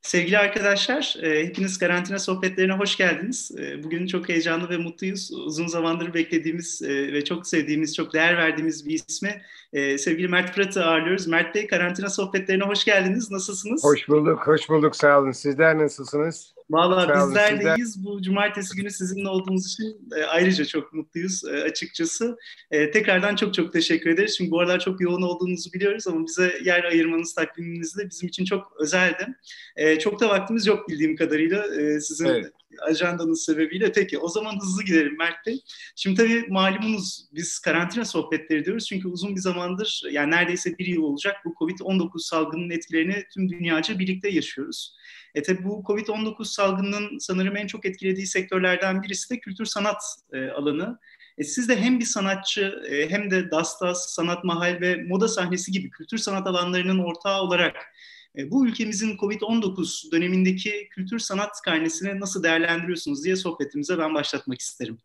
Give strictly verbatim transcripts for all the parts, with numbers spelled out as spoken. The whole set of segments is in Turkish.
Sevgili arkadaşlar, e, hepiniz karantina sohbetlerine hoş geldiniz. E, Bugün çok heyecanlı ve mutluyuz. Uzun zamandır beklediğimiz e, ve çok sevdiğimiz, çok değer verdiğimiz bir ismi e, sevgili Mert Fırat'ı ağırlıyoruz. Mert Bey, karantina sohbetlerine hoş geldiniz. Nasılsınız? Hoş bulduk, hoş bulduk. Sağ olun. Sizler nasılsınız? Valla Sağ olun. bizler de Sizler. iyiyiz. Bu cumartesi günü sizinle olduğumuz için e, ayrıca çok mutluyuz e, açıkçası. E, tekrardan çok çok teşekkür ederiz. Çünkü bu aralar çok yoğun olduğunuzu biliyoruz ama bize yer ayırmanız takviminizde de bizim için çok özeldi. E, çok da vaktimiz yok bildiğim kadarıyla e, sizin Evet. ajandanız sebebiyle. Peki o zaman hızlı gidelim Mert Bey. Şimdi tabii malumunuz biz karantina sohbetleri diyoruz. Çünkü uzun bir zamandır yani neredeyse bir yıl olacak bu kovid on dokuz salgının etkilerini tüm dünyaca birlikte yaşıyoruz. E tabi bu kovid on dokuz salgının sanırım en çok etkilediği sektörlerden birisi de kültür sanat e, alanı. E, siz de hem bir sanatçı e, hem de Dastas, Sanat Mahal ve Moda Sahnesi gibi kültür sanat alanlarının ortağı olarak e, bu ülkemizin kovid on dokuz dönemindeki kültür sanat karnesini nasıl değerlendiriyorsunuz diye sohbetimize ben başlatmak isterim.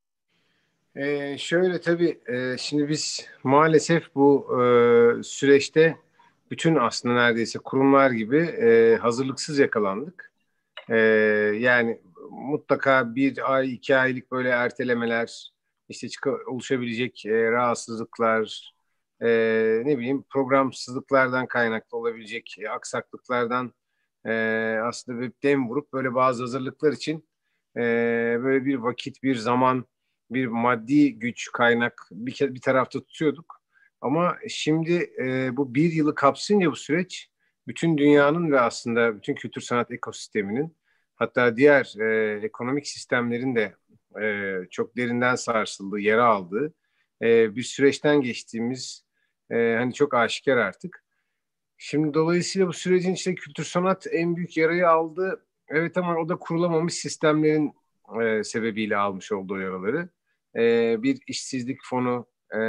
Ee, şöyle tabii, e, şimdi biz maalesef bu e, süreçte bütün aslında neredeyse kurumlar gibi e, hazırlıksız yakalandık. E, Yani mutlaka bir ay, iki aylık böyle ertelemeler, işte çık- oluşabilecek e, rahatsızlıklar, e, ne bileyim programsızlıklardan kaynaklı olabilecek e, aksaklıklardan e, aslında bir dem vurup böyle bazı hazırlıklar için e, böyle bir vakit, bir zaman, bir maddi güç kaynak bir, ke- bir tarafta tutuyorduk. Ama şimdi e, bu bir yılı kapsayınca bu süreç bütün dünyanın ve aslında bütün kültür sanat ekosisteminin, hatta diğer e, ekonomik sistemlerin de e, çok derinden sarsıldığı, yara aldığı e, bir süreçten geçtiğimiz e, hani çok aşikar artık. Şimdi dolayısıyla bu sürecin içinde kültür sanat en büyük yarayı aldı. Evet, ama o da kurulamamış sistemlerin e, sebebiyle almış olduğu yaraları. E, bir işsizlik fonu e,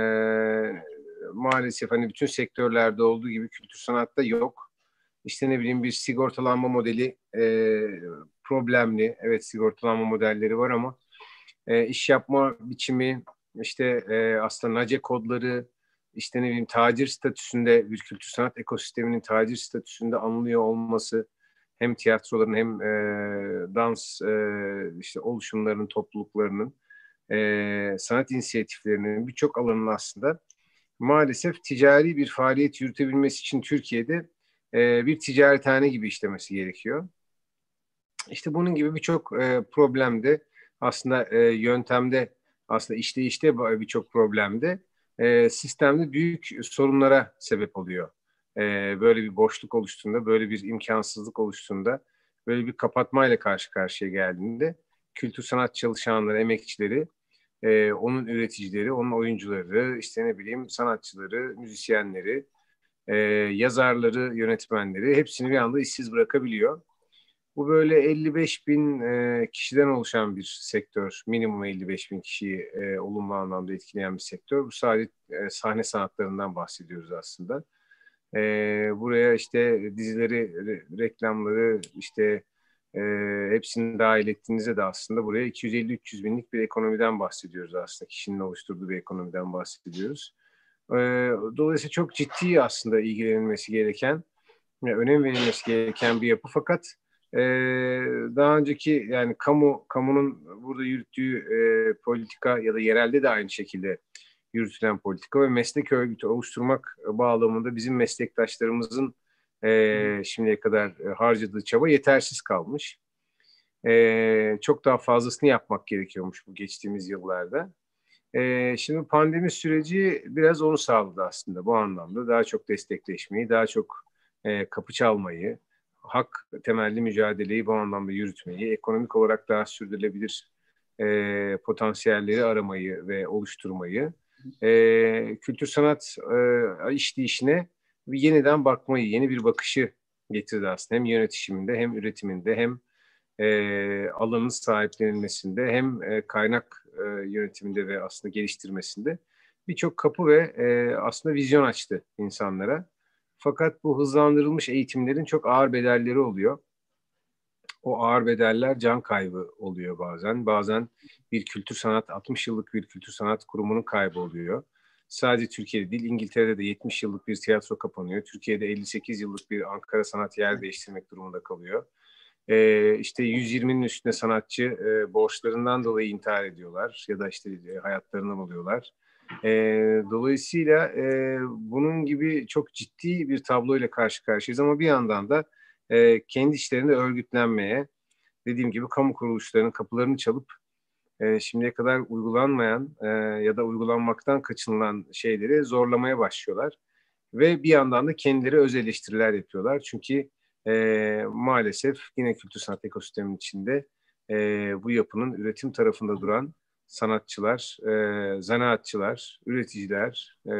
maalesef hani bütün sektörlerde olduğu gibi kültür sanatta yok. İşte ne bileyim bir sigortalanma modeli e, problemli. Evet, sigortalanma modelleri var ama e, iş yapma biçimi, işte e, aslında nace kodları, işte ne bileyim tacir statüsünde, bir kültür sanat ekosisteminin tacir statüsünde anılıyor olması, hem tiyatroların hem e, dans e, işte oluşumlarının, topluluklarının, e, sanat inisiyatiflerinin birçok alanın aslında maalesef ticari bir faaliyet yürütebilmesi için Türkiye'de e, bir ticarethane gibi işlemesi gerekiyor. İşte bunun gibi birçok e, problemde aslında e, yöntemde, aslında işleyişte birçok problemde e, sistemde büyük sorunlara sebep oluyor. E, Böyle bir boşluk oluştuğunda, böyle bir imkansızlık oluştuğunda, böyle bir kapatmayla karşı karşıya geldiğinde kültür sanat çalışanları, emekçileri, e, onun üreticileri, onun oyuncuları, işte ne bileyim sanatçıları, müzisyenleri, e, yazarları, yönetmenleri hepsini bir anda işsiz bırakabiliyor. Bu böyle elli beş bin e, kişiden oluşan bir sektör. Minimum elli beş bin kişiyi e, olumlu anlamda etkileyen bir sektör. Bu sadece e, sahne sanatlarından bahsediyoruz aslında. E, Buraya işte dizileri, re- reklamları, işte e, hepsini dahil ettiğinizde de aslında buraya iki yüz elli üç yüz binlik bir ekonomiden bahsediyoruz aslında. Kişinin oluşturduğu bir ekonomiden bahsediyoruz. E, Dolayısıyla çok ciddi aslında ilgilenilmesi gereken, ve önem verilmesi gereken bir yapı. Fakat e, daha önceki, yani kamu kamunun burada yürüttüğü e, politika ya da yerelde de aynı şekilde yürütülen politika ve meslek örgütü oluşturmak bağlamında bizim meslektaşlarımızın e, şimdiye kadar harcadığı çaba yetersiz kalmış. E, çok daha fazlasını yapmak gerekiyormuş bu geçtiğimiz yıllarda. E, şimdi pandemi süreci biraz onu sağladı aslında bu anlamda. Daha çok destekleşmeyi, daha çok e, kapı çalmayı, hak temelli mücadeleyi bu anlamda yürütmeyi, ekonomik olarak daha sürdürülebilir e, potansiyelleri aramayı ve oluşturmayı, e, kültür sanat e, işleyişine bir yeniden bakmayı, yeni bir bakışı getirdi aslında. Hem yönetişiminde, hem üretiminde, hem e, alanın sahiplenilmesinde, hem e, kaynak e, yönetiminde ve aslında geliştirmesinde birçok kapı ve e, aslında vizyon açtı insanlara. Fakat bu hızlandırılmış eğitimlerin çok ağır bedelleri oluyor. O ağır bedeller can kaybı oluyor bazen. Bazen bir kültür sanat, altmış yıllık bir kültür sanat kurumunun kaybı oluyor. Sadece Türkiye'de değil, İngiltere'de de yetmiş yıllık bir tiyatro kapanıyor. Türkiye'de elli sekiz yıllık bir Ankara Sanat yer değiştirmek durumunda kalıyor. Ee, işte yüz yirminin üstünde sanatçı e, borçlarından dolayı intihar ediyorlar ya da işte e, hayatlarını buluyorlar. E, dolayısıyla e, bunun gibi çok ciddi bir tabloyla karşı karşıyayız ama bir yandan da e, kendi işlerinde örgütlenmeye, dediğim gibi kamu kuruluşlarının kapılarını çalıp e, şimdiye kadar uygulanmayan e, ya da uygulanmaktan kaçınılan şeyleri zorlamaya başlıyorlar. Ve bir yandan da kendileri öz eleştiriler yapıyorlar. Çünkü e, maalesef yine kültür sanat ekosisteminin içinde e, bu yapının üretim tarafında duran sanatçılar, e, zanaatçılar, üreticiler, e,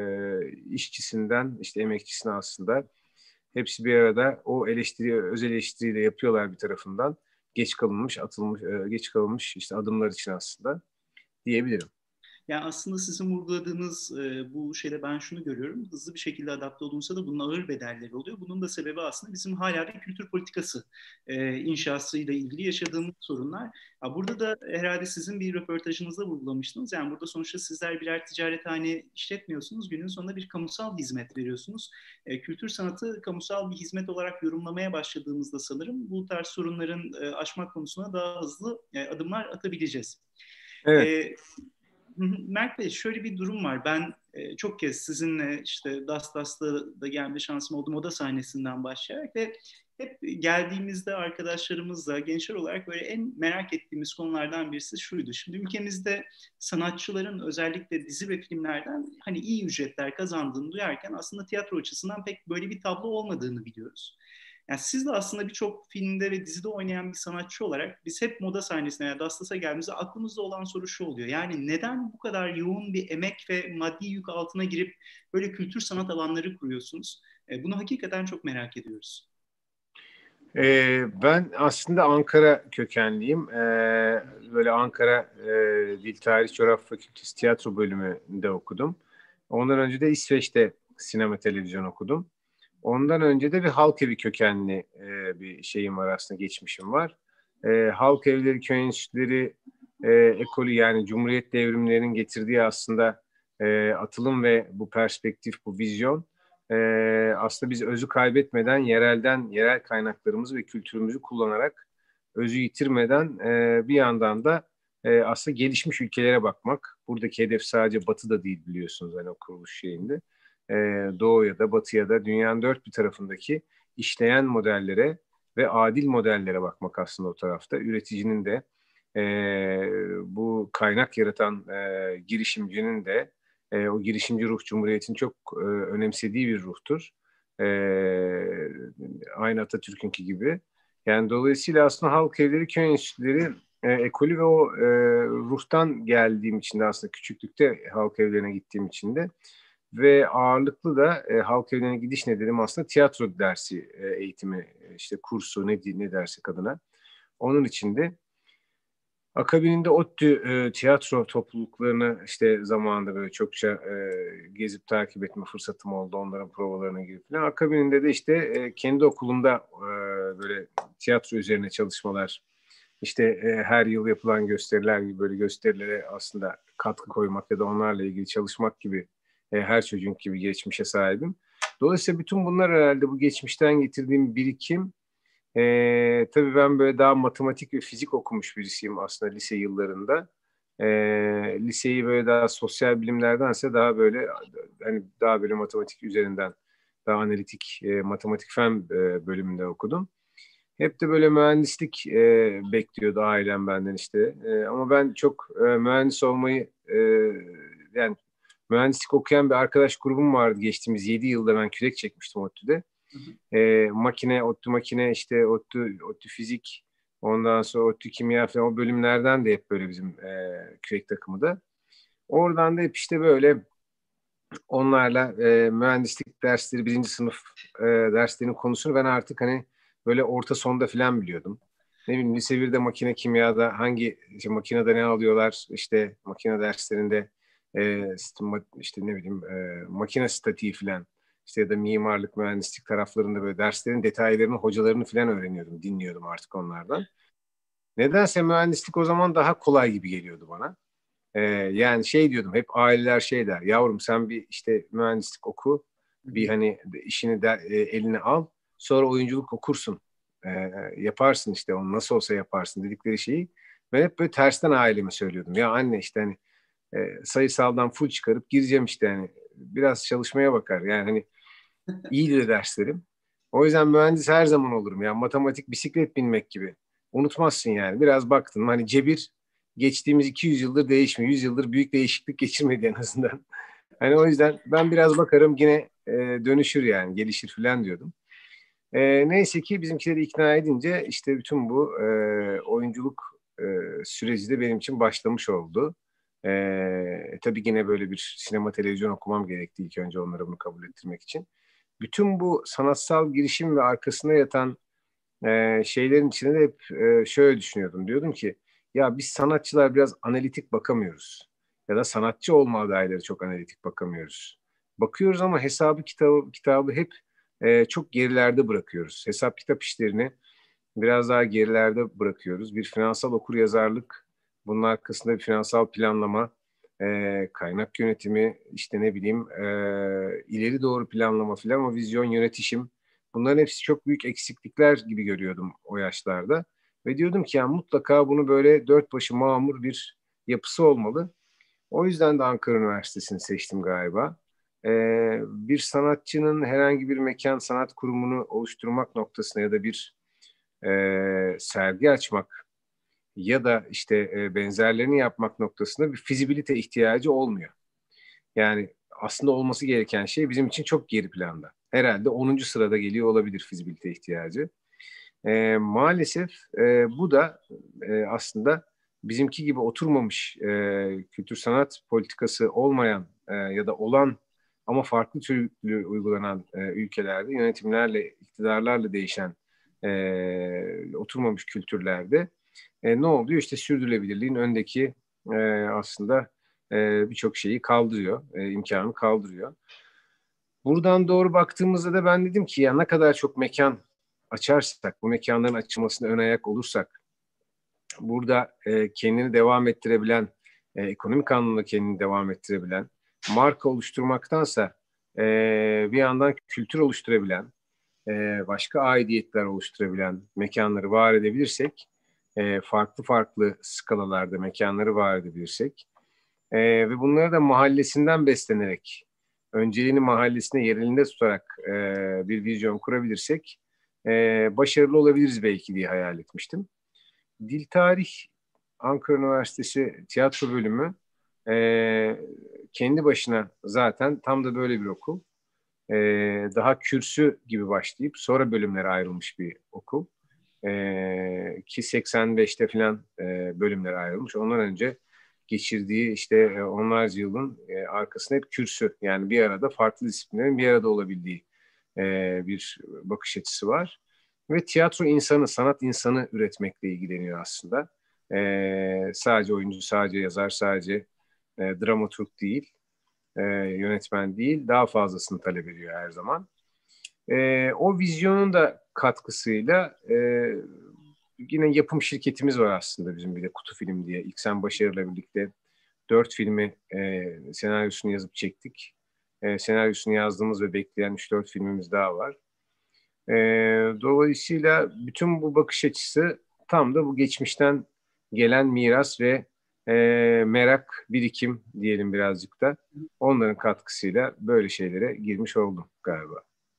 işçisinden işte emekçisine aslında hepsi bir arada o eleştiri, öz eleştiriyle yapıyorlar bir tarafından. Geç kalınmış, atılmış, e, geç kalınmış işte adımlar için aslında diyebilirim. Yani aslında sizin vurguladığınız e, bu şeyde ben şunu görüyorum. Hızlı bir şekilde adapte olunsa da bunun ağır bedelleri oluyor. Bunun da sebebi aslında bizim hala bir kültür politikası e, inşasıyla ilgili yaşadığımız sorunlar. Ya burada da herhalde sizin bir röportajınızda vurgulamıştınız. Yani burada sonuçta sizler birer ticarethane işletmiyorsunuz. Günün sonunda bir kamusal hizmet veriyorsunuz. E, kültür sanatı kamusal bir hizmet olarak yorumlamaya başladığımızda sanırım bu tarz sorunların e, aşmak konusuna daha hızlı e, adımlar atabileceğiz. Evet. E, Mert Bey, şöyle bir durum var. Ben e, çok kez sizinle işte Das Das'ta da gelme şansım oldu, moda sahnesinden başlayarak ve hep geldiğimizde arkadaşlarımızla gençler olarak böyle en merak ettiğimiz konulardan birisi şuydu. Şimdi ülkemizde sanatçıların özellikle dizi ve filmlerden hani iyi ücretler kazandığını duyarken aslında tiyatro açısından pek böyle bir tablo olmadığını biliyoruz. Yani siz de aslında birçok filmde ve dizide oynayan bir sanatçı olarak biz hep moda sahnesine yani Dastas'a geldiğimizde aklımızda olan soru şu oluyor. Yani neden bu kadar yoğun bir emek ve maddi yük altına girip böyle kültür sanat alanları kuruyorsunuz? E, bunu hakikaten çok merak ediyoruz. Ee, ben aslında Ankara kökenliyim. Ee, böyle Ankara e, Dil Tarih Coğrafya Fakültesi tiyatro bölümünde okudum. Ondan önce de İsveç'te sinema televizyon okudum. Ondan önce de bir halk evi kökenli e, bir şeyim var aslında, geçmişim var. E, halk evleri, köy enstitüleri e, ekolü, yani Cumhuriyet devrimlerinin getirdiği aslında e, atılım ve bu perspektif, bu vizyon e, aslında biz özü kaybetmeden yerelden, yerel kaynaklarımızı ve kültürümüzü kullanarak özü yitirmeden e, bir yandan da e, aslında gelişmiş ülkelere bakmak. Buradaki hedef sadece Batı da değil, biliyorsunuz hani o kuruluş şeyinde. E, Doğu ya da Batı ya da dünyanın dört bir tarafındaki işleyen modellere ve adil modellere bakmak aslında o tarafta. Üreticinin de e, bu kaynak yaratan e, girişimcinin de e, o girişimci ruh Cumhuriyet'in çok e, önemsediği bir ruhtur. E, aynı Atatürk'ünki gibi. Yani dolayısıyla aslında halk evleri, köy enstitüleri e, ekolü ve o e, ruhtan geldiğim için de aslında küçüklükte halk evlerine gittiğim için de ve ağırlıklı da e, halk evlerine gidiş nedenim aslında tiyatro dersi e, eğitimi, işte kursu ne, ne dersek adına. Onun için de akabininde ODTÜ e, tiyatro topluluklarını işte zamanında böyle çokça e, gezip takip etme fırsatım oldu. Onların provalarına girip falan. Akabininde de işte e, kendi okulumda e, böyle tiyatro üzerine çalışmalar, işte e, her yıl yapılan gösteriler gibi böyle gösterilere aslında katkı koymak ya da onlarla ilgili çalışmak gibi e, her çocuğun gibi geçmişe sahibim. Dolayısıyla bütün bunlar herhalde bu geçmişten getirdiğim birikim. Ee, tabii ben böyle daha matematik ve fizik okumuş birisiyim aslında lise yıllarında. Ee, liseyi böyle daha sosyal bilimlerdense daha böyle hani daha böyle matematik üzerinden, daha analitik e, matematik fen e, bölümünde okudum. Hep de böyle mühendislik e, bekliyordu ailem benden işte. E, ama ben çok e, mühendis olmayı e, yani mühendislik okuyan bir arkadaş grubum vardı geçtiğimiz yedi yılda, ben kürek çekmiştim ODTÜ'de. Hı hı. E, makine, ODTÜ makine, işte ODTÜ, ODTÜ fizik, ondan sonra ODTÜ kimya falan, o bölümlerden de hep böyle bizim e, kürek takımı da. Oradan da hep işte böyle onlarla e, mühendislik dersleri, birinci sınıf e, derslerinin konusunu ben artık hani böyle orta sonda falan biliyordum. Ne bileyim, lise birde makine kimyada hangi işte makinede ne alıyorlar, işte makine derslerinde e, işte, işte ne bileyim e, makine statiği falan, işte ya da mimarlık, mühendislik taraflarında böyle derslerin detaylarını, hocalarını falan öğreniyordum, dinliyordum artık onlardan. Nedense mühendislik o zaman daha kolay gibi geliyordu bana. Ee, yani şey diyordum, hep aileler şey der, yavrum sen bir işte mühendislik oku, bir hani işini de, e, eline al, sonra oyunculuk okursun, Ee, yaparsın işte, onu nasıl olsa yaparsın dedikleri şeyi ben hep böyle tersten aileme söylüyordum. Ya anne işte hani e, sayısaldan full çıkarıp gireceğim işte, hani biraz çalışmaya bakar yani, hani iyiydi de derslerim. O yüzden mühendis her zaman olurum. Yani matematik, bisiklet binmek gibi. Unutmazsın yani. Biraz baktın hani cebir geçtiğimiz iki yüz yıldır değişmiyor. yüz yıldır büyük değişiklik geçirmedi en azından. Hani o yüzden ben biraz bakarım yine e, dönüşür yani, gelişir falan diyordum. E, neyse ki bizimkileri ikna edince işte bütün bu e, oyunculuk e, süreci de benim için başlamış oldu. E, tabii yine böyle bir sinema televizyon okumam gerekti ilk önce onlara bunu kabul ettirmek için. Bütün bu sanatsal girişim ve arkasında yatan e, şeylerin içinde de hep e, şöyle düşünüyordum. Diyordum ki ya biz sanatçılar biraz analitik bakamıyoruz. Ya da sanatçı olma adayları çok analitik bakamıyoruz. Bakıyoruz ama hesabı kitabı, kitabı hep e, çok gerilerde bırakıyoruz. Hesap kitap işlerini biraz daha gerilerde bırakıyoruz. Bir finansal okuryazarlık, bunun arkasında bir finansal planlama, e, kaynak yönetimi, işte ne bileyim e, ileri doğru planlama filan, o vizyon, yönetişim. Bunların hepsi çok büyük eksiklikler gibi görüyordum o yaşlarda. Ve diyordum ki ya mutlaka bunu böyle dört başı mamur bir yapısı olmalı. O yüzden de Ankara Üniversitesi'ni seçtim galiba. Ee, bir sanatçının herhangi bir mekan sanat kurumunu oluşturmak noktasına ya da bir e, sergi açmak ya da işte e, benzerlerini yapmak noktasında bir fizibilite ihtiyacı olmuyor. Yani aslında olması gereken şey bizim için çok geri planda. Herhalde onuncu sırada geliyor olabilir fizibilite ihtiyacı. E, maalesef e, bu da e, aslında bizimki gibi oturmamış, e, kültür sanat politikası olmayan e, ya da olan ama farklı türlü uygulanan e, ülkelerde yönetimlerle, iktidarlarla değişen e, oturmamış kültürlerde e, ne oluyor? İşte sürdürülebilirliğin öndeki e, aslında e, birçok şeyi kaldırıyor, e, imkanı kaldırıyor. Buradan doğru baktığımızda da ben dedim ki ya ne kadar çok mekan açarsak, bu mekanların açılmasına ön ayak olursak, burada e, kendini devam ettirebilen, e, ekonomik anlamda kendini devam ettirebilen, marka oluşturmaktansa e, bir yandan kültür oluşturabilen, e, başka aidiyetler oluşturabilen mekanları var edebilirsek, e, farklı farklı skalalarda mekanları var edebilirsek e, ve bunları da mahallesinden beslenerek, önceliğini mahallesine, yerelinde tutarak e, bir vizyon kurabilirsek e, başarılı olabiliriz belki diye hayal etmiştim. Dil Tarih Ankara Üniversitesi Tiyatro Bölümü e, kendi başına zaten tam da böyle bir okul. E, daha kürsü gibi başlayıp sonra bölümlere ayrılmış bir okul. E, ki seksen beşte falan e, bölümlere ayrılmış. Ondan önce geçirdiği işte e, onlarca yılın e, arkasında hep kürsü. Yani bir arada farklı disiplinlerin bir arada olabildiği e, bir bakış açısı var. Ve tiyatro insanı, sanat insanı üretmekle ilgileniyor aslında. E, sadece oyuncu, sadece yazar, sadece e, dramaturg değil, e, yönetmen değil, daha fazlasını talep ediyor her zaman. E, o vizyonun da katkısıyla e, yine yapım şirketimiz var aslında bizim, bir de Kutu Film diye. İlksen Başarı'yla birlikte dört filmi e, senaryosunu yazıp çektik. E, senaryosunu yazdığımız ve bekleyen üç dört filmimiz daha var. E, dolayısıyla bütün bu bakış açısı tam da bu geçmişten gelen miras ve e, merak, birikim diyelim birazcık da. Onların katkısıyla böyle şeylere girmiş oldum galiba.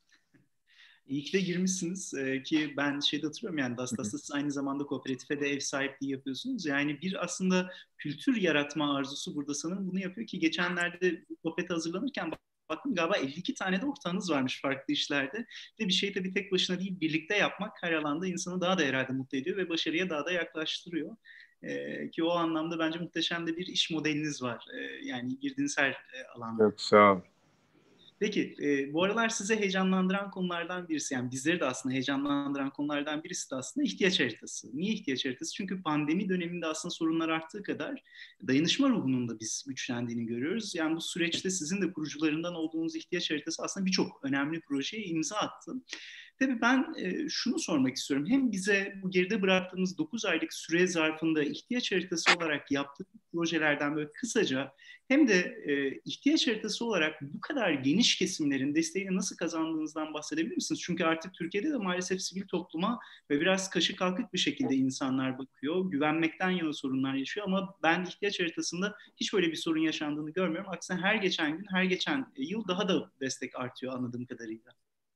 İyi ki de girmişsiniz ee, ki ben şeyde hatırlıyorum, yani Dastas'ta siz aynı zamanda kooperatife de ev sahipliği yapıyorsunuz. Yani bir aslında kültür yaratma arzusu burada sanırım bunu yapıyor ki geçenlerde bu sohbete hazırlanırken baktım, galiba elli iki tane de ortağınız varmış farklı işlerde. Ve bir şeyi tabii tek başına değil, birlikte yapmak her alanda insanı daha da herhalde mutlu ediyor ve başarıya daha da yaklaştırıyor. Ee, ki o anlamda bence muhteşem de bir iş modeliniz var. Ee, yani girdiğiniz her e, alanda. Çok sağ ol. Peki, e, bu aralar size heyecanlandıran konulardan birisi, yani bizleri de aslında heyecanlandıran konulardan birisi de aslında ihtiyaç haritası. Niye ihtiyaç haritası? Çünkü pandemi döneminde aslında sorunlar arttığı kadar dayanışma ruhunun da biz güçlendiğini görüyoruz. Yani bu süreçte sizin de kurucularından olduğunuz ihtiyaç haritası aslında birçok önemli projeye imza attı. Tabii ben e, şunu sormak istiyorum. Hem bize bu geride bıraktığımız dokuz aylık süre zarfında ihtiyaç haritası olarak yaptığımız projelerden böyle kısaca hem de e, ihtiyaç haritası olarak bu kadar geniş kesimlerin desteğini nasıl kazandığınızdan bahsedebilir misiniz? Çünkü artık Türkiye'de de maalesef sivil topluma ve biraz kaşı kalkık bir şekilde insanlar bakıyor. Güvenmekten yana sorunlar yaşıyor ama ben ihtiyaç haritasında hiç böyle bir sorun yaşandığını görmüyorum. Aksine her geçen gün, her geçen yıl daha da destek artıyor anladığım kadarıyla.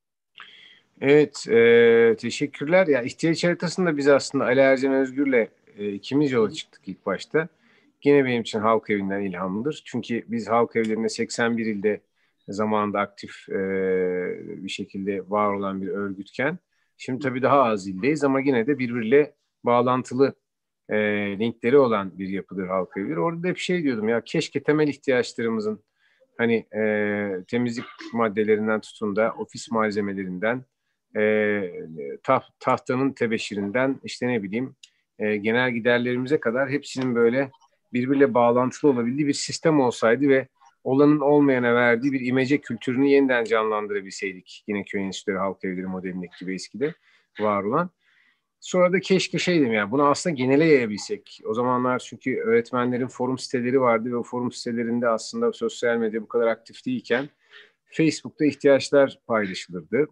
Evet, e, teşekkürler. Ya ihtiyaç haritasında biz aslında Ali Ercan Özgür'le e, ikimiz yola çıktık ilk başta. Yine benim için halk evinden ilhamlıdır. Çünkü biz halk evlerinde seksen bir ilde zamanında aktif e, bir şekilde var olan bir örgütken, şimdi tabii daha az ildeyiz ama yine de birbiriyle bağlantılı e, linkleri olan bir yapıdır halk evleri. Orada da hep şey diyordum ya, keşke temel ihtiyaçlarımızın hani e, temizlik maddelerinden tutun da ofis malzemelerinden, e, taht, tahtanın tebeşirinden işte ne bileyim e, genel giderlerimize kadar hepsinin böyle birbiriyle bağlantılı olabildiği bir sistem olsaydı ve olanın olmayana verdiği bir imece kültürünü yeniden canlandırabilseydik. Yine köy enstitüleri, halk evleri modelindeki gibi eskide var olan. Sonra da keşke şeydim ya, bunu aslında genele yayabilsek. O zamanlar çünkü öğretmenlerin forum siteleri vardı ve o forum sitelerinde aslında sosyal medya bu kadar aktif değilken Facebook'ta ihtiyaçlar paylaşılırdı.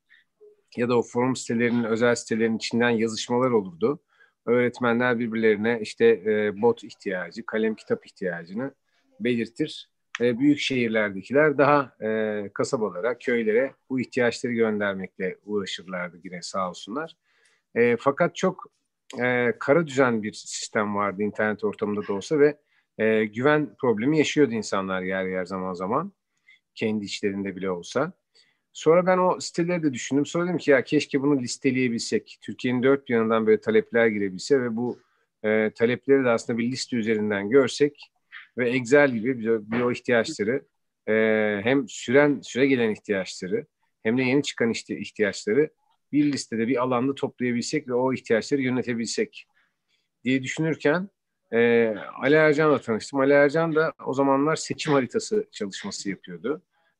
Ya da o forum sitelerinin, özel sitelerinin içinden yazışmalar olurdu. Öğretmenler birbirlerine işte e, bot ihtiyacı, kalem kitap ihtiyacını belirtir. E, büyük şehirlerdekiler daha e, kasabalara, köylere bu ihtiyaçları göndermekle uğraşırlardı yine sağ olsunlar. E, fakat çok e, kara düzen bir sistem vardı internet ortamında da olsa ve e, güven problemi yaşıyordu insanlar yer yer zaman zaman. Kendi içlerinde bile olsa. Sonra ben o siteleri de düşündüm. Sonra dedim ki ya keşke bunu listeleyebilsek. Türkiye'nin dört bir yanından böyle talepler girebilse ve bu e, talepleri de aslında bir liste üzerinden görsek ve Excel gibi bir, bir o ihtiyaçları e, hem süren süre gelen ihtiyaçları hem de yeni çıkan işte ihtiyaçları bir listede bir alanda toplayabilsek ve o ihtiyaçları yönetebilsek diye düşünürken e, Ali Ercan'la tanıştım. Ali Ercan da o zamanlar seçim haritası çalışması yapıyordu.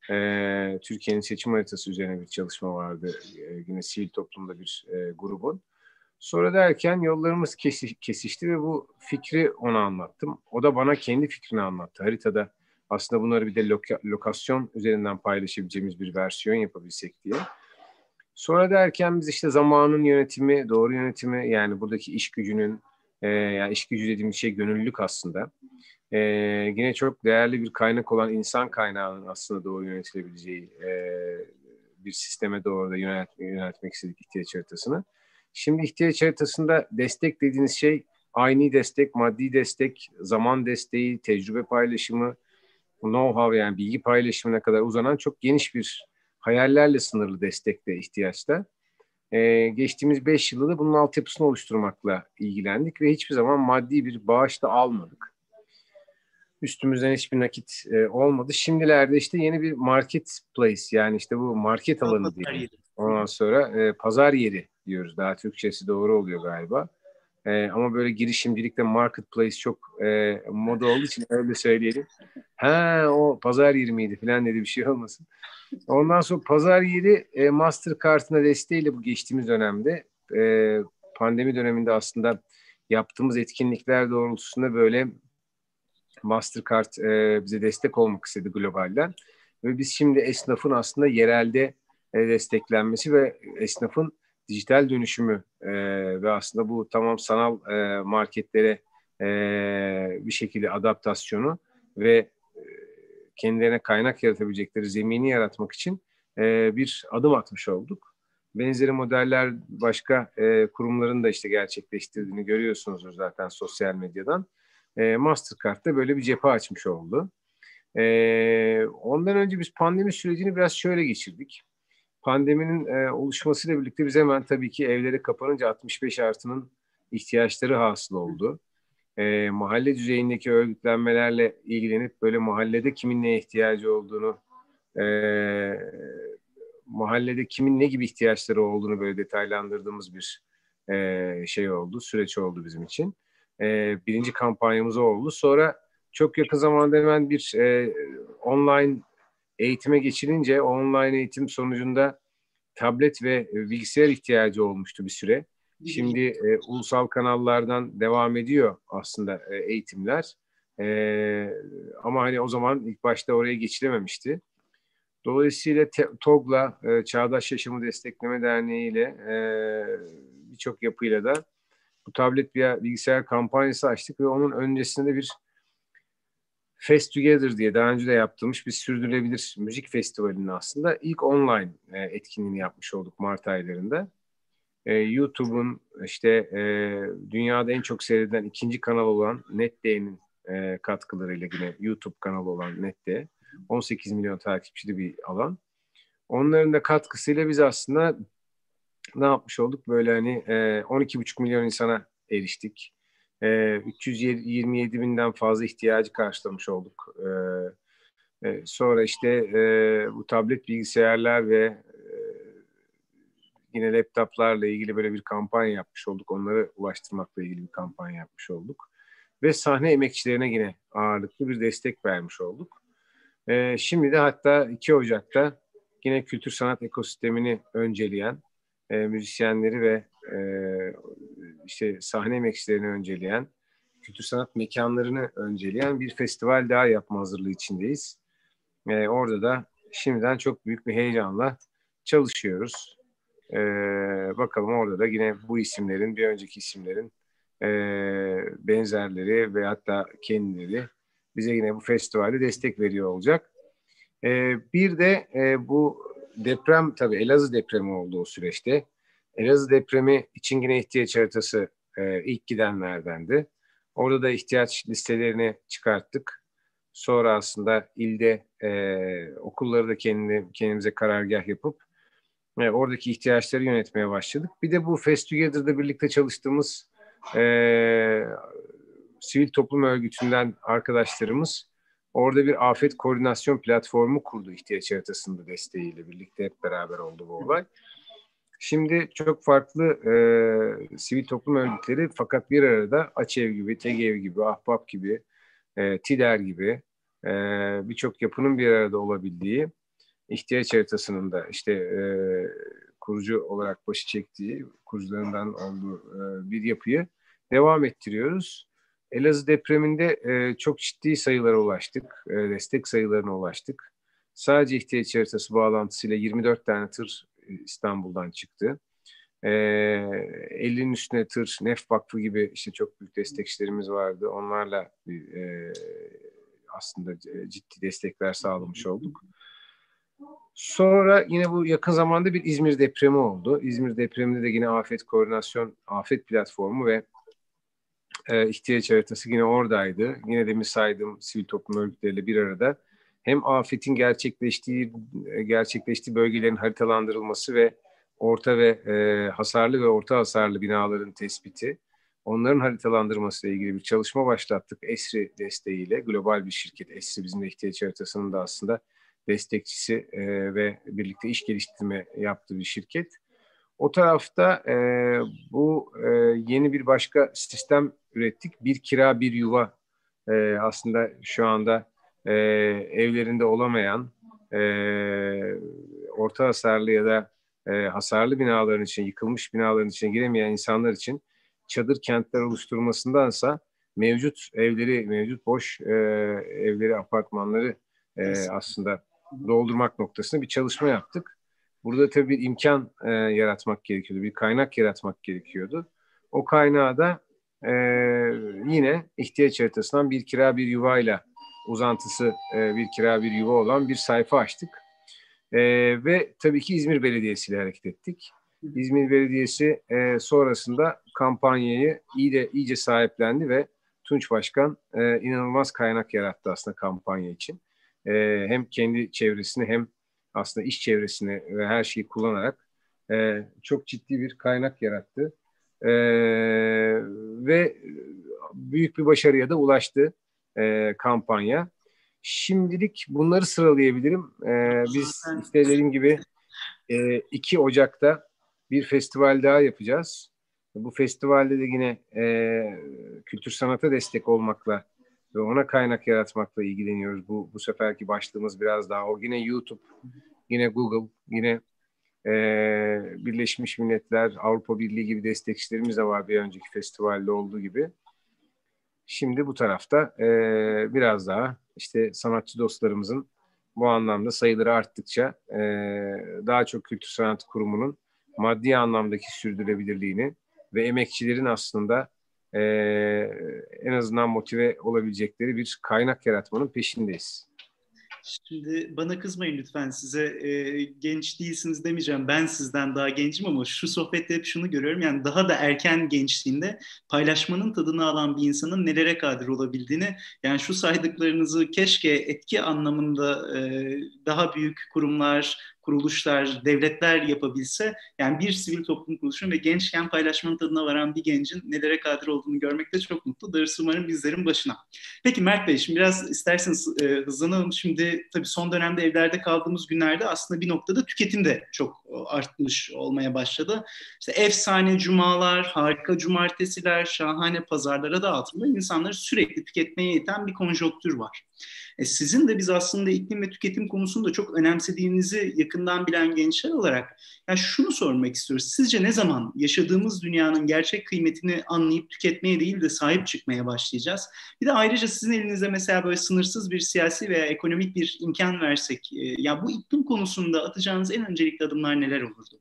E, Türkiye'nin seçim haritası üzerine bir çalışma vardı. E, yine sivil toplumda bir e, grubun. Sonra derken yollarımız kesi, kesişti ve bu fikri ona anlattım. O da bana kendi fikrini anlattı. Haritada aslında bunları bir de loka, lokasyon üzerinden paylaşabileceğimiz bir versiyon yapabilsek diye. Sonra derken biz işte zamanın yönetimi, doğru yönetimi, yani buradaki iş gücünün, e, yani iş gücü dediğimiz şey gönüllülük aslında. E, Yine çok değerli bir kaynak olan insan kaynağının aslında doğru yönetilebileceği e, bir sisteme doğru da yönelt, yöneltmek istedik ihtiyaç haritasını. Şimdi ihtiyaç haritasında destek dediğiniz şey aynı destek, maddi destek, zaman desteği, tecrübe paylaşımı, know-how yani bilgi paylaşımına kadar uzanan çok geniş bir hayallerle sınırlı destekte ihtiyaçta. Ee, geçtiğimiz beş yılda da bunun altyapısını oluşturmakla ilgilendik ve hiçbir zaman maddi bir bağış da almadık. Üstümüzden hiçbir nakit e, olmadı. Şimdilerde işte yeni bir marketplace, yani işte bu market alanı diyelim. Ondan sonra e, pazar yeri diyoruz. Daha Türkçesi doğru oluyor galiba. E, ama böyle girişimcilikte marketplace çok e, moda olduğu için öyle söyleyelim. Ha, o pazar yeri miydi falan dedi, bir şey olmasın. Ondan sonra pazar yeri e, Mastercard'ın desteğiyle bu geçtiğimiz dönemde e, pandemi döneminde aslında yaptığımız etkinlikler doğrultusunda böyle Mastercard e, bize destek olmak istedi globalden. Ve biz şimdi esnafın aslında yerelde e, desteklenmesi ve esnafın dijital dönüşümü e, ve aslında bu tamam sanal e, marketlere e, bir şekilde adaptasyonu ve e, kendilerine kaynak yaratabilecekleri zemini yaratmak için e, bir adım atmış olduk. Benzeri modeller başka e, kurumların da işte gerçekleştirdiğini görüyorsunuz zaten sosyal medyadan. E, Mastercard da böyle bir cephe açmış oldu. E, ondan önce biz pandemi sürecini biraz şöyle geçirdik. Pandeminin e, oluşmasıyla birlikte biz hemen tabii ki evlere kapanınca altmış beş artının ihtiyaçları hasıl oldu. E, mahalle düzeyindeki örgütlenmelerle ilgilenip böyle mahallede kimin neye ihtiyacı olduğunu, e, mahallede kimin ne gibi ihtiyaçları olduğunu böyle detaylandırdığımız bir e, şey oldu, süreç oldu bizim için. E, birinci kampanyamız oldu. Sonra çok yakın zamanda hemen bir e, online eğitime geçilince online eğitim sonucunda tablet ve bilgisayar ihtiyacı olmuştu bir süre. Şimdi e, ulusal kanallardan devam ediyor aslında e, eğitimler. E, ama hani o zaman ilk başta oraya geçilememişti. Dolayısıyla te, TOG'la, e, Çağdaş Yaşamı Destekleme Derneği ile e, birçok yapıyla da bu tablet bir bilgisayar kampanyası açtık ve onun öncesinde bir Fest Together diye daha önce de yaptığımız bir sürdürülebilir müzik festivalinin aslında ilk online e, etkinliğini yapmış olduk Mart aylarında. E, YouTube'un işte e, dünyada en çok seyredilen ikinci kanal olan NetD'nin e, katkılarıyla yine YouTube kanalı olan NetD on sekiz milyon takipçili bir alan. Onların da katkısıyla biz aslında ne yapmış olduk? Böyle hani e, on iki buçuk milyon insana eriştik. E, üç yüz yirmi yedi binden fazla ihtiyacı karşılamış olduk. E, e, sonra işte e, bu tablet bilgisayarlar ve e, yine laptoplarla ilgili böyle bir kampanya yapmış olduk. Onları ulaştırmakla ilgili bir kampanya yapmış olduk. Ve sahne emekçilerine yine ağırlıklı bir destek vermiş olduk. E, şimdi de hatta iki Ocak'ta yine kültür sanat ekosistemini önceleyen, e, müzisyenleri ve e, işte sahne emekçilerini önceleyen, kültür sanat mekanlarını önceleyen bir festival daha yapma hazırlığı içindeyiz. E, orada da şimdiden çok büyük bir heyecanla çalışıyoruz. E, bakalım orada da yine bu isimlerin, bir önceki isimlerin e, benzerleri ve hatta kendileri bize yine bu festivalde destek veriyor olacak. E, bir de e, bu deprem, tabii Elazığ depremi oldu o süreçte. Elazığ depremi için yine ihtiyaç haritası e, ilk gidenlerdendi. Orada da ihtiyaç listelerini çıkarttık. Sonra aslında ilde e, okulları da kendi, kendimize karargah yapıp e, oradaki ihtiyaçları yönetmeye başladık. Bir de bu Fest Together'da birlikte çalıştığımız e, sivil toplum örgütünden arkadaşlarımız orada bir afet koordinasyon platformu kurdu ihtiyaç haritasında desteğiyle birlikte hep beraber oldu bu olay. Şimdi çok farklı e, sivil toplum örgütleri fakat bir arada Açev gibi, TEGEV gibi, Ahbap gibi, e, TİDER gibi e, birçok yapının bir arada olabildiği ihtiyaç haritasının da işte e, kurucu olarak başı çektiği, kurucularından olduğu e, bir yapıyı devam ettiriyoruz. Elazığ depreminde e, çok ciddi sayılara ulaştık, e, destek sayılarına ulaştık. Sadece ihtiyaç haritası bağlantısıyla yirmi dört tane tır İstanbul'dan çıktı. E, ellinin üstüne tır, Nef Vakfı gibi işte çok büyük destekçilerimiz vardı. Onlarla e, aslında ciddi destekler sağlamış olduk. Sonra yine bu yakın zamanda bir İzmir depremi oldu. İzmir depreminde de yine afet koordinasyon, afet platformu ve e, ihtiyaç haritası yine oradaydı. Yine demin saydığım sivil toplum örgütleriyle bir arada hem afetin gerçekleştiği gerçekleştiği bölgelerin haritalandırılması ve orta ve e, hasarlı ve orta hasarlı binaların tespiti, onların haritalandırması ile ilgili bir çalışma başlattık. ESRI desteğiyle, global bir şirket. ESRI bizim de ihtiyaç haritasının da aslında destekçisi e, ve birlikte iş geliştirme yaptığı bir şirket. O tarafta e, bu e, yeni bir başka sistem ürettik. Bir kira bir yuva e, aslında şu anda e, evlerinde olamayan e, orta hasarlı ya da e, hasarlı binaların için, yıkılmış binaların içine giremeyen insanlar için çadır kentler oluşturmasındansa mevcut evleri, mevcut boş e, evleri, apartmanları e, aslında doldurmak noktasında bir çalışma yaptık. Burada tabii bir imkan e, yaratmak gerekiyordu, bir kaynak yaratmak gerekiyordu. O kaynağı da e, yine ihtiyaç haritasından bir kira bir yuvayla uzantısı e, bir kira bir yuva olan bir sayfa açtık. E, ve tabii ki İzmir Belediyesi ile hareket ettik. İzmir Belediyesi e, sonrasında kampanyayı iyi de iyice sahiplendi ve Tunç Başkan e, inanılmaz kaynak yarattı aslında kampanya için. E, hem kendi çevresini hem aslında iş çevresini ve her şeyi kullanarak e, çok ciddi bir kaynak yarattı. E, ve büyük bir başarıya da ulaştı e, kampanya. Şimdilik bunları sıralayabilirim. E, biz işte dediğim gibi e, iki Ocak'ta bir festival daha yapacağız. Bu festivalde de yine e, kültür sanata destek olmakla ve ona kaynak yaratmakla ilgileniyoruz. Bu bu seferki başlığımız biraz daha o. Yine YouTube, yine Google, yine e, Birleşmiş Milletler, Avrupa Birliği gibi destekçilerimiz de var bir önceki festivalde olduğu gibi. Şimdi bu tarafta e, biraz daha işte sanatçı dostlarımızın bu anlamda sayıları arttıkça e, daha çok kültür sanat kurumunun maddi anlamdaki sürdürülebilirliğini ve emekçilerin aslında e, en azından motive olabilecekleri bir kaynak yaratmanın peşindeyiz. Şimdi bana kızmayın lütfen, size e, genç değilsiniz demeyeceğim. Ben sizden daha gencim ama şu sohbette hep şunu görüyorum. Yani daha da erken gençliğinde paylaşmanın tadını alan bir insanın nelere kadir olabildiğini, yani şu saydıklarınızı keşke etki anlamında e, daha büyük kurumlar, kuruluşlar, devletler yapabilse, yani bir sivil toplum kuruluşu ve gençken paylaşmanın tadına varan bir gencin nelere kadir olduğunu görmekte çok mutlu. Darısı umarım bizlerin başına. Peki Mert Bey, şimdi biraz isterseniz e, hızlanalım. Şimdi tabii son dönemde evlerde kaldığımız günlerde aslında bir noktada tüketim de çok artmış olmaya başladı. İşte efsane cumalar, harika cumartesiler, şahane pazarlar adı altında insanları sürekli tüketmeye iten bir konjonktür var. E, sizin de biz aslında iklim ve tüketim konusunda çok önemsediğinizi yakından bilen gençler olarak ya şunu sormak istiyoruz. Sizce ne zaman yaşadığımız dünyanın gerçek kıymetini anlayıp tüketmeye değil de sahip çıkmaya başlayacağız? Bir de ayrıca sizin elinizde mesela böyle sınırsız bir siyasi veya ekonomik bir imkan versek, e, ya bu iklim konusunda atacağınız en öncelikli adımlar neler olurdu?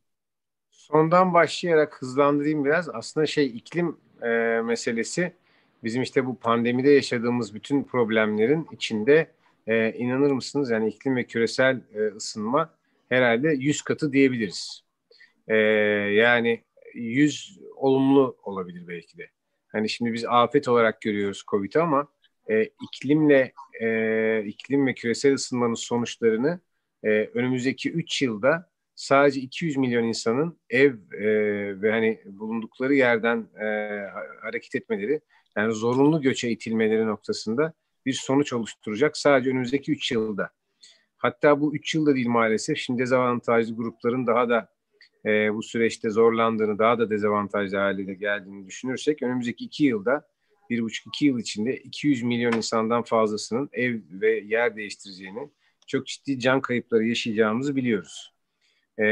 Sondan başlayarak hızlandırayım biraz. Aslında şey iklim e, meselesi bizim işte bu pandemide yaşadığımız bütün problemlerin içinde e, inanır mısınız? Yani iklim ve küresel e, ısınma herhalde yüz katı diyebiliriz. E, yani yüz olumlu olabilir belki de. Hani şimdi biz afet olarak görüyoruz Covid'i ama e, iklimle e, iklim ve küresel ısınmanın sonuçlarını e, önümüzdeki üç yılda sadece iki yüz milyon insanın ev e, ve hani bulundukları yerden e, hareket etmeleri, yani zorunlu göçe itilmeleri noktasında bir sonuç oluşturacak sadece önümüzdeki üç yılda. Hatta bu üç yılda değil maalesef. Şimdi dezavantajlı grupların daha da e, bu süreçte zorlandığını, daha da dezavantajlı hale geldiğini düşünürsek önümüzdeki iki yılda, bir buçuk iki yıl içinde iki yüz milyon insandan fazlasının ev ve yer değiştireceğini, çok ciddi can kayıpları yaşayacağımızı biliyoruz. E,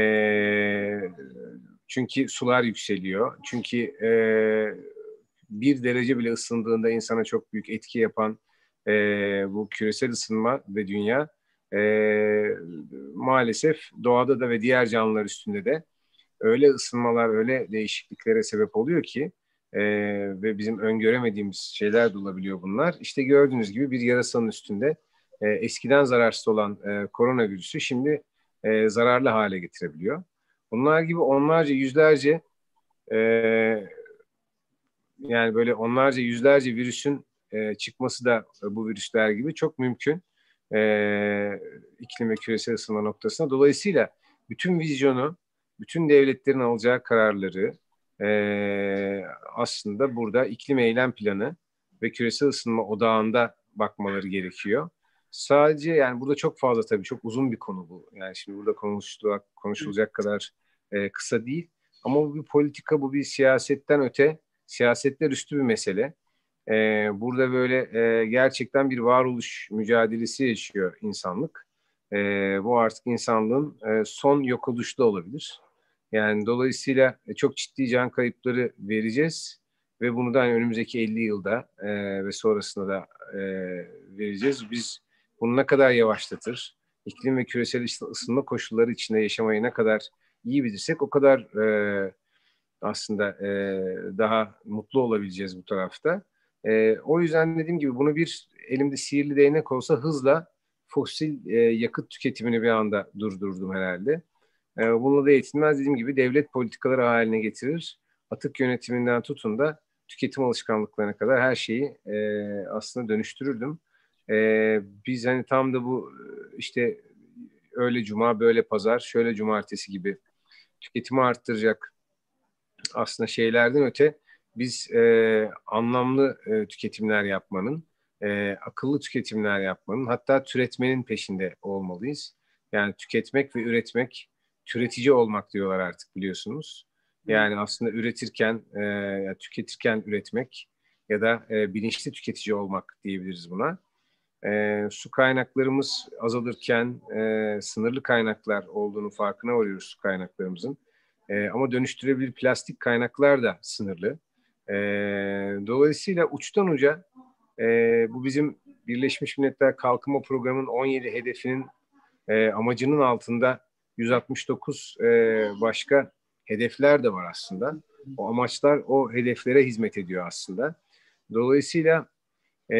çünkü sular yükseliyor. Çünkü e, bir derece bile ısındığında insana çok büyük etki yapan e, bu küresel ısınma ve dünya e, maalesef doğada da ve diğer canlılar üstünde de öyle ısınmalar, öyle değişikliklere sebep oluyor ki e, ve bizim öngöremediğimiz şeyler de olabiliyor bunlar. İşte gördüğünüz gibi bir yarasanın üstünde e, eskiden zararsız olan e, koronavirüsü şimdi e, zararlı hale getirebiliyor. Bunlar gibi onlarca, yüzlerce e, yani böyle onlarca, yüzlerce virüsün e, çıkması da e, bu virüsler gibi çok mümkün. E, iklim ve küresel ısınma noktasına. Dolayısıyla bütün vizyonu, bütün devletlerin alacağı kararları e, aslında burada iklim eylem planı ve küresel ısınma odağında bakmaları gerekiyor. Sadece yani burada çok fazla tabii çok uzun bir konu bu. Yani şimdi burada konuşulacak, konuşulacak kadar e, kısa değil. Ama bu bir politika, bu bir siyasetten öte, siyasetler üstü bir mesele. Ee, burada böyle e, gerçekten bir varoluş mücadelesi yaşıyor insanlık. Ee, bu artık insanlığın e, son yok oluşu da olabilir. Yani dolayısıyla e, çok ciddi can kayıpları vereceğiz ve bunu da hani önümüzdeki elli yılda e, ve sonrasında da e, vereceğiz. Biz bunu ne kadar yavaşlatır, iklim ve küresel ısınma koşulları içinde yaşamayı ne kadar iyi bilirsek o kadar e, aslında e, daha mutlu olabileceğiz bu tarafta. E, o yüzden dediğim gibi bunu bir elimde sihirli değnek olsa hızla fosil e, yakıt tüketimini bir anda durdurdum herhalde. E, bununla da yetinmez, dediğim gibi devlet politikaları haline getirir. Atık yönetiminden tutun da tüketim alışkanlıklarına kadar her şeyi e, aslında dönüştürürdüm. E, biz hani tam da bu işte öyle cuma böyle pazar şöyle cumartesi gibi tüketimi arttıracak aslında şeylerden öte biz e, anlamlı e, tüketimler yapmanın, e, akıllı tüketimler yapmanın, hatta türetmenin peşinde olmalıyız. Yani tüketmek ve üretmek, türetici olmak diyorlar artık, biliyorsunuz. Yani aslında üretirken, e, yani tüketirken üretmek ya da e, bilinçli tüketici olmak diyebiliriz buna. E, su kaynaklarımız azalırken e, sınırlı kaynaklar olduğunu farkına varıyoruz su kaynaklarımızın. E, ama dönüştürebilir plastik kaynaklar da sınırlı. E, dolayısıyla uçtan uca e, bu bizim Birleşmiş Milletler Kalkınma Programı'nın on yedi hedefinin e, amacının altında yüz altmış dokuz e, başka hedefler de var aslında. O amaçlar o hedeflere hizmet ediyor aslında. Dolayısıyla e,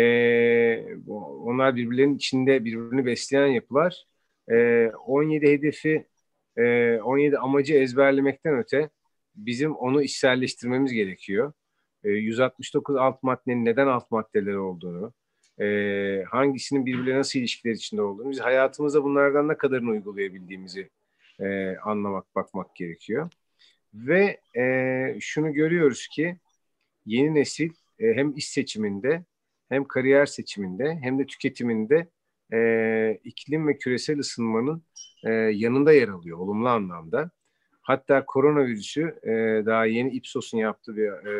onlar birbirlerinin içinde birbirini besleyen yapılar. E, on yedi hedefi, e, on yedi amacı ezberlemekten öte bizim onu içselleştirmemiz gerekiyor. E, yüz altmış dokuz alt maddenin neden alt maddeleri olduğunu, e, hangisinin birbirine nasıl ilişkiler içinde olduğunu, biz hayatımızda bunlardan ne kadarını uygulayabildiğimizi e, anlamak, bakmak gerekiyor. Ve e, şunu görüyoruz ki yeni nesil e, hem iş seçiminde hem kariyer seçiminde hem de tüketiminde e, iklim ve küresel ısınmanın e, yanında yer alıyor olumlu anlamda. Hatta koronavirüsü e, daha yeni Ipsos'un yaptığı bir e,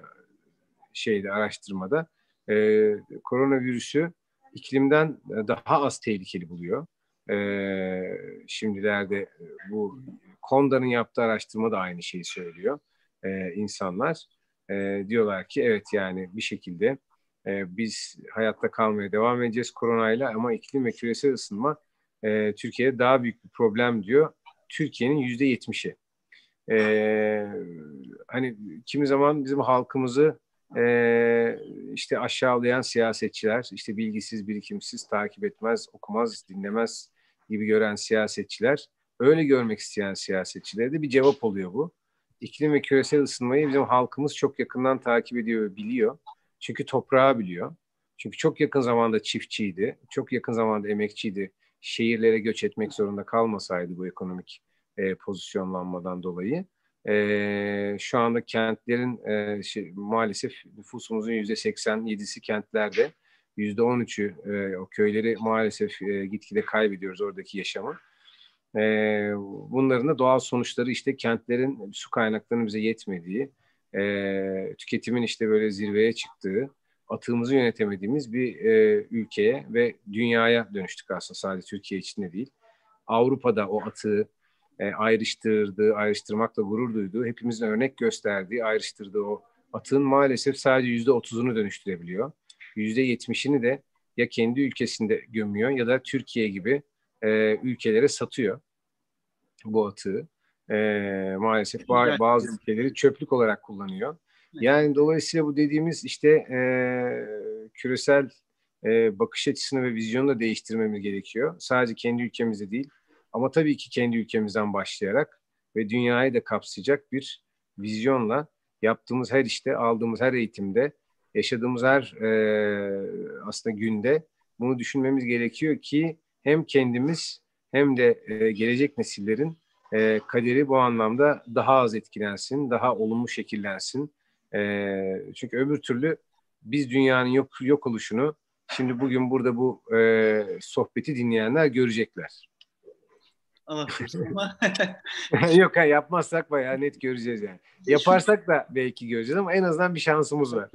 şeyde araştırmada e, koronavirüsü iklimden daha az tehlikeli buluyor. E, şimdilerde bu Konda'nın yaptığı araştırma da aynı şeyi söylüyor. E, insanlar e, diyorlar ki evet, yani bir şekilde e, biz hayatta kalmaya devam edeceğiz koronayla, ama iklim ve küresel ısınma e, Türkiye'de daha büyük bir problem diyor. Türkiye'nin yüzde yetmişi. E, hani kimi zaman bizim halkımızı e, işte aşağılayan siyasetçiler, işte bilgisiz, birikimsiz, takip etmez, okumaz, dinlemez gibi gören siyasetçiler, öyle görmek isteyen siyasetçilere de bir cevap oluyor bu. İklim ve küresel ısınmayı bizim halkımız çok yakından takip ediyor ve biliyor. Çünkü toprağı biliyor. Çünkü çok yakın zamanda çiftçiydi, çok yakın zamanda emekçiydi. Şehirlere göç etmek zorunda kalmasaydı bu ekonomik e, pozisyonlanmadan dolayı. E, şu anda kentlerin e, şey, maalesef nüfusumuzun yüzde seksen yedisi kentlerde, yüzde on üçü e, o köyleri maalesef e, gitgide kaybediyoruz, oradaki yaşamı. E, bunların da doğal sonuçları işte kentlerin su kaynaklarının bize yetmediği, e, tüketimin işte böyle zirveye çıktığı, atığımızı yönetemediğimiz bir e, ülkeye ve dünyaya dönüştük aslında, sadece Türkiye içinde değil. Avrupa'da o atığı e, ayrıştırdığı, ayrıştırmakla gurur duyduğu, hepimizin örnek gösterdiği, ayrıştırdığı o atığın maalesef sadece yüzde otuzunu dönüştürebiliyor. Yüzde yetmişini de ya kendi ülkesinde gömüyor ya da Türkiye gibi e, ülkelere satıyor bu atığı. E, maalesef bazı ülkeleri çöplük olarak kullanıyor. Yani dolayısıyla bu dediğimiz işte e, küresel e, bakış açısını ve vizyonu da değiştirmemiz gerekiyor. Sadece kendi ülkemizde değil, ama tabii ki kendi ülkemizden başlayarak ve dünyayı da kapsayacak bir vizyonla yaptığımız her işte, aldığımız her eğitimde, yaşadığımız her e, aslında günde bunu düşünmemiz gerekiyor ki hem kendimiz hem de e, gelecek nesillerin e, kaderi bu anlamda daha az etkilensin, daha olumlu şekillensin. E, çünkü öbür türlü biz dünyanın yok, yok oluşunu şimdi bugün burada bu e, sohbeti dinleyenler görecekler. Allah korusun ama yok ha, yapmazsak bayağı net göreceğiz yani. Yaparsak da belki göreceğiz ama en azından bir şansımız var.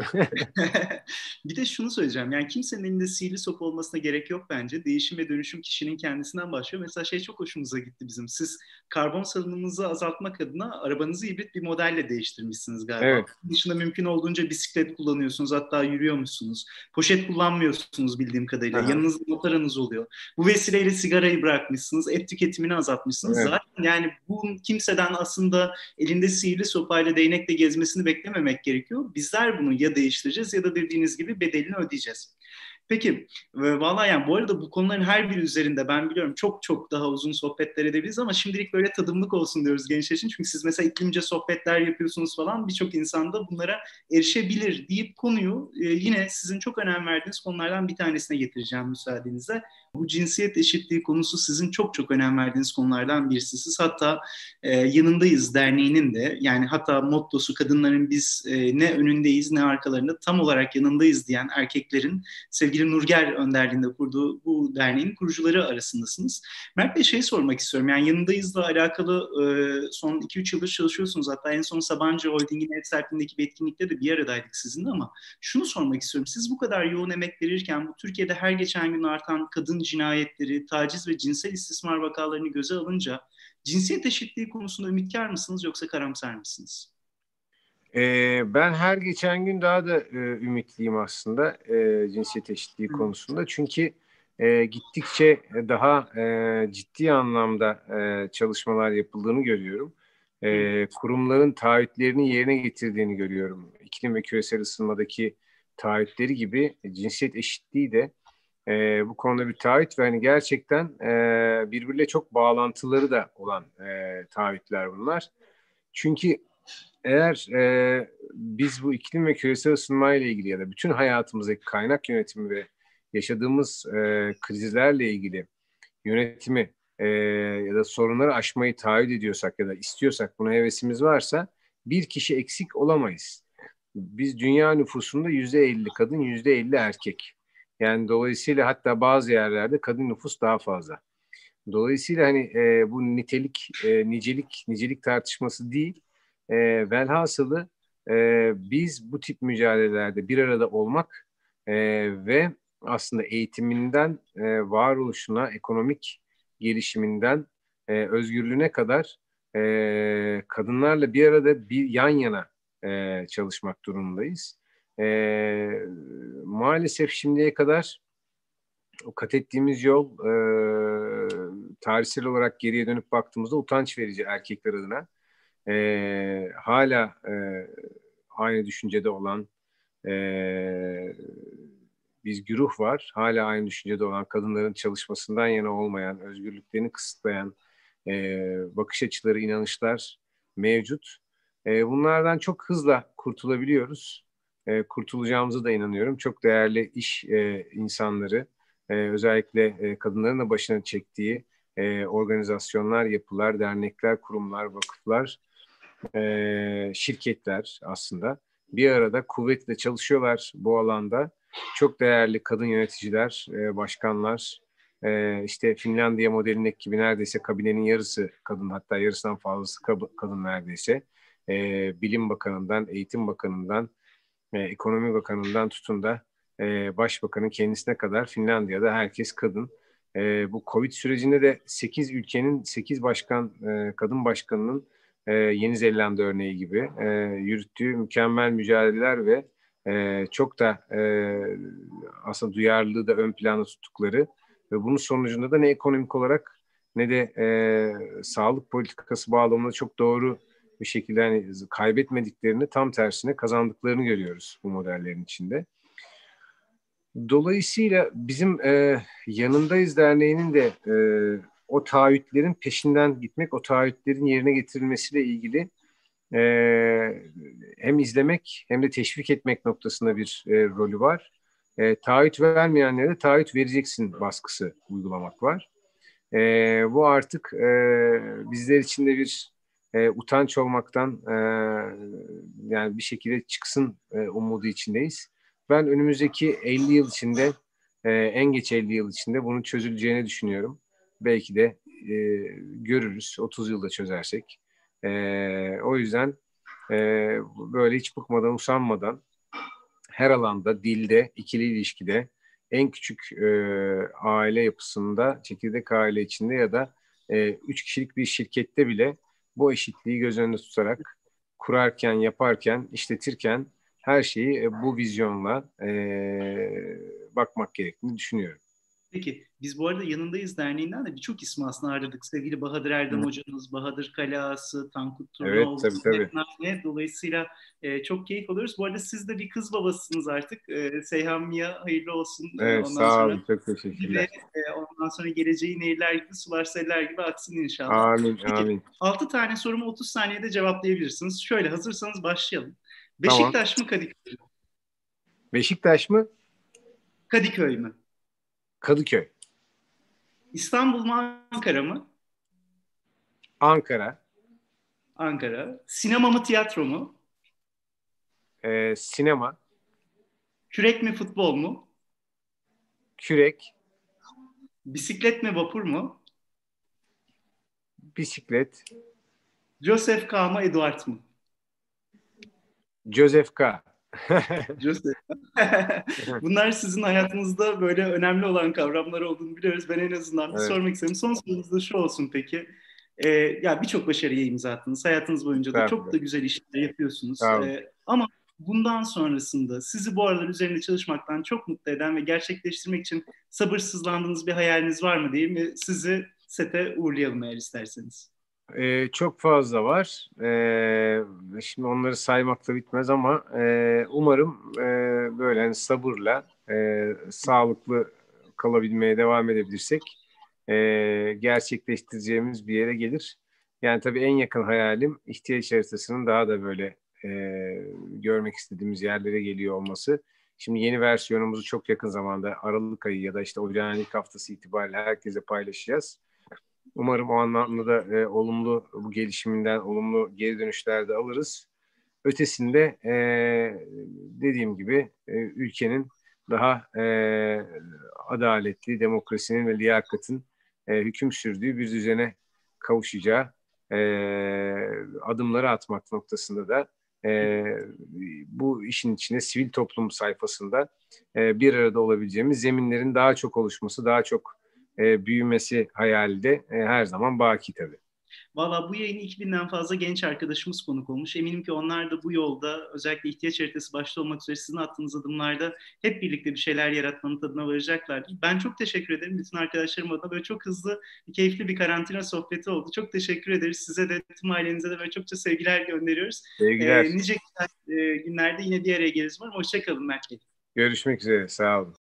Bir de şunu söyleyeceğim. Yani kimsenin elinde sihirli sopa olmasına gerek yok bence. Değişim ve dönüşüm kişinin kendisinden başlıyor. Mesela şey çok hoşumuza gitti bizim. Siz karbon salınımınızı azaltmak adına arabanızı hibrit bir modelle değiştirmişsiniz galiba. Evet. Dışında mümkün olduğunca bisiklet kullanıyorsunuz. Hatta yürüyormuşsunuz. Poşet kullanmıyorsunuz bildiğim kadarıyla. Aha. Yanınızda motoranız oluyor. Bu vesileyle sigarayı bırakmışsınız. Et tüketimini azaltmışsınız. Evet. Zaten yani bu kimseden aslında elinde sihirli sopayla değnekle gezmesini beklememek gerekiyor. Bizler bunu ya değiştireceğiz ya da dediğiniz gibi bedelini ödeyeceğiz. Peki, valla yani bu arada bu konuların her biri üzerinde ben biliyorum çok çok daha uzun sohbetler edebiliriz ama şimdilik böyle tadımlık olsun diyoruz gençler için. Çünkü siz mesela iklimce sohbetler yapıyorsunuz falan, birçok insan da bunlara erişebilir deyip konuyu e, yine sizin çok önem verdiğiniz konulardan bir tanesine getireceğim müsaadenizle. Bu cinsiyet eşitliği konusu sizin çok çok önem verdiğiniz konulardan birisi. Siz hatta e, Yanındayız Derneği'nin de, yani hatta mottosu kadınların biz e, ne önündeyiz ne arkalarında, tam olarak yanındayız diyen erkeklerin sevgili sevgili Nurger önderliğinde kurduğu bu derneğin kurucuları arasındasınız. Mert Bey, şey sormak istiyorum. Yani Yanındayız'la alakalı e, son iki üç yıldır çalışıyorsunuz. Hatta en son Sabancı Holding'in ev sahipliğindeki bir etkinlikte de bir aradaydık sizinle, ama şunu sormak istiyorum. Siz bu kadar yoğun emek verirken bu Türkiye'de her geçen gün artan kadın cinayetleri, taciz ve cinsel istismar vakalarını göze alınca cinsiyet eşitliği konusunda ümitkar mısınız yoksa karamsar mısınız? Ee, ben her geçen gün daha da e, ümitliyim aslında e, cinsiyet eşitliği Hı. konusunda. Çünkü e, gittikçe daha e, ciddi anlamda e, çalışmalar yapıldığını görüyorum. Hı. E, kurumların taahhütlerini yerine getirdiğini görüyorum. İklim ve küresel ısınmadaki taahhütleri gibi cinsiyet eşitliği de e, bu konuda bir taahhüt ve hani gerçekten e, birbiriyle çok bağlantıları da olan e, taahhütler bunlar. Çünkü eğer e, biz bu iklim ve küresel ısınma ile ilgili ya da bütün hayatımızdaki kaynak yönetimi ve yaşadığımız e, krizlerle ilgili yönetimi e, ya da sorunları aşmayı taahhüt ediyorsak ya da istiyorsak, buna hevesimiz varsa bir kişi eksik olamayız. Biz dünya nüfusunda yüzde elli kadın, yüzde elli erkek. Yani dolayısıyla hatta bazı yerlerde kadın nüfus daha fazla. Dolayısıyla hani e, bu nitelik, e, nicelik, nicelik tartışması değil. E, velhasılı e, biz bu tip mücadelelerde bir arada olmak e, ve aslında eğitiminden e, varoluşuna, ekonomik gelişiminden e, özgürlüğüne kadar e, kadınlarla bir arada bir yan yana e, çalışmak durumundayız. E, Maalesef şimdiye kadar o kat ettiğimiz yol e, tarihsel olarak geriye dönüp baktığımızda utanç verici erkekler adına. E, hala e, aynı düşüncede olan e, biz güruh var. Hala aynı düşüncede olan, kadınların çalışmasından yana olmayan, özgürlüklerini kısıtlayan e, bakış açıları, inanışlar mevcut. E, bunlardan çok hızla kurtulabiliyoruz. E, kurtulacağımıza da inanıyorum. Çok değerli iş e, insanları, e, özellikle e, kadınların da başına çektiği e, organizasyonlar, yapılar, dernekler, kurumlar, vakıflar, e, şirketler aslında bir arada kuvvetle çalışıyorlar bu alanda. Çok değerli kadın yöneticiler, e, başkanlar, e, işte Finlandiya modelindeki gibi neredeyse kabinenin yarısı kadın, hatta yarısından fazlası kadın neredeyse. E, Bilim Bakanı'ndan, Eğitim Bakanı'ndan, e, Ekonomi Bakanı'ndan tutun da e, Başbakanın kendisine kadar Finlandiya'da herkes kadın. E, bu Covid sürecinde de sekiz ülkenin sekiz başkan, e, kadın başkanının e, Yeni Zelanda örneği gibi e, yürüttüğü mükemmel mücadeleler ve e, çok da e, aslında duyarlılığı da ön plana tuttukları ve bunun sonucunda da ne ekonomik olarak ne de e, sağlık politikası bağlamında çok doğru bir şekilde hani kaybetmediklerini, tam tersine kazandıklarını görüyoruz bu modellerin içinde. Dolayısıyla bizim e, Yanındayız Derneği'nin de e, o taahhütlerin peşinden gitmek, o taahhütlerin yerine getirilmesiyle ilgili e, hem izlemek hem de teşvik etmek noktasında bir e, rolü var. E, taahhüt vermeyenlere taahhüt vereceksin baskısı uygulamak var. E, Bu artık e, bizler için de bir e, utanç olmaktan e, yani bir şekilde çıksın e, umudu içindeyiz. Ben önümüzdeki elli yıl içinde, e, en geç elli yıl içinde bunun çözüleceğini düşünüyorum. Belki de e, görürüz otuz yılda çözersek. E, o yüzden e, böyle hiç bıkmadan, usanmadan her alanda, dilde, ikili ilişkide, en küçük e, aile yapısında, çekirdek aile içinde ya da e, üç kişilik bir şirkette bile bu eşitliği göz önünde tutarak kurarken, yaparken, işletirken her şeyi e, bu vizyonla e, bakmak gerektiğini düşünüyorum. Peki, biz bu arada Yanındayız Derneği'nden de birçok ismi aslında aradık. Sevgili Bahadır Erdem Hı. hocamız, Bahadır Kalası, Tankut Evet, Turnaoğlu, tabii tabii. Ahmet. Dolayısıyla e, çok keyif alıyoruz. Bu arada siz de bir kız babasısınız artık. E, Seyhan Mia hayırlı olsun. E, Evet, ondan sağ sonra olun, çok ve teşekkürler. e, ondan sonra geleceği nehirler gibi, sular seller gibi aksın inşallah. Amin, Peki, amin. altı tane sorumu otuz saniyede cevaplayabilirsiniz. Şöyle, hazırsanız başlayalım. Tamam. Beşiktaş mı, Kadıköy mü? Beşiktaş mı? Kadıköy mü? Kadıköy. İstanbul mu, Ankara mı? Ankara. Ankara. Sinema mı, tiyatro mu? E, sinema. Kürek mi, futbol mu? Kürek, Bisiklet mi vapur mu? bisiklet, Joseph K. mı Edward mı? Joseph K. Joseph. Bunlar sizin hayatınızda böyle önemli olan kavramlar olduğunu biliyoruz. Ben en azından bir Evet, sormak istedim. Son sorumuz da şu olsun peki. Ee, ya birçok başarıya imza attınız. Hayatınız boyunca da çok estağfurullah. da güzel işler yapıyorsunuz. Sağ olun. Ee, ama bundan sonrasında sizi bu aralar üzerinde çalışmaktan çok mutlu eden ve gerçekleştirmek için sabırsızlandığınız bir hayaliniz var mı diyeyim ve sizi sete uğurlayalım eğer isterseniz. Ee, çok fazla var. Ee, şimdi onları saymakla bitmez ama e, umarım e, böyle hani sabırla e, sağlıklı kalabilmeye devam edebilirsek e, gerçekleştireceğimiz bir yere gelir. Yani tabii en yakın hayalim ihtiyaç haritasının daha da böyle e, görmek istediğimiz yerlere geliyor olması. Şimdi yeni versiyonumuzu çok yakın zamanda Aralık ayı ya da işte ocağın ilk haftası itibariyle herkese paylaşacağız. Umarım o anlamda da e, olumlu bu gelişiminden olumlu geri dönüşler de alırız. Ötesinde e, dediğim gibi e, ülkenin daha e, adaletli, demokrasinin ve liyakatin e, hüküm sürdüğü bir düzene kavuşacağı e, adımları atmak noktasında da e, bu işin içine sivil toplum sayfasında e, bir arada olabileceğimiz zeminlerin daha çok oluşması, daha çok e, büyümesi hayali de e, her zaman baki tabii. Valla bu yayın iki binden fazla genç arkadaşımız konuk olmuş. Eminim ki onlar da bu yolda özellikle ihtiyaç haritası başta olmak üzere sizin attığınız adımlarda hep birlikte bir şeyler yaratmanın tadına varacaklardır. Ben çok teşekkür ederim bütün arkadaşlarım adına. Böyle çok hızlı, keyifli bir karantina sohbeti oldu. Çok teşekkür ederiz. Size de tüm ailenize de böyle çokça sevgiler gönderiyoruz. Sevgiler. Ee, nice güzel, e, günlerde yine bir araya geliriz. Hoşçakalın Mert Bey. Görüşmek üzere. Sağ olun.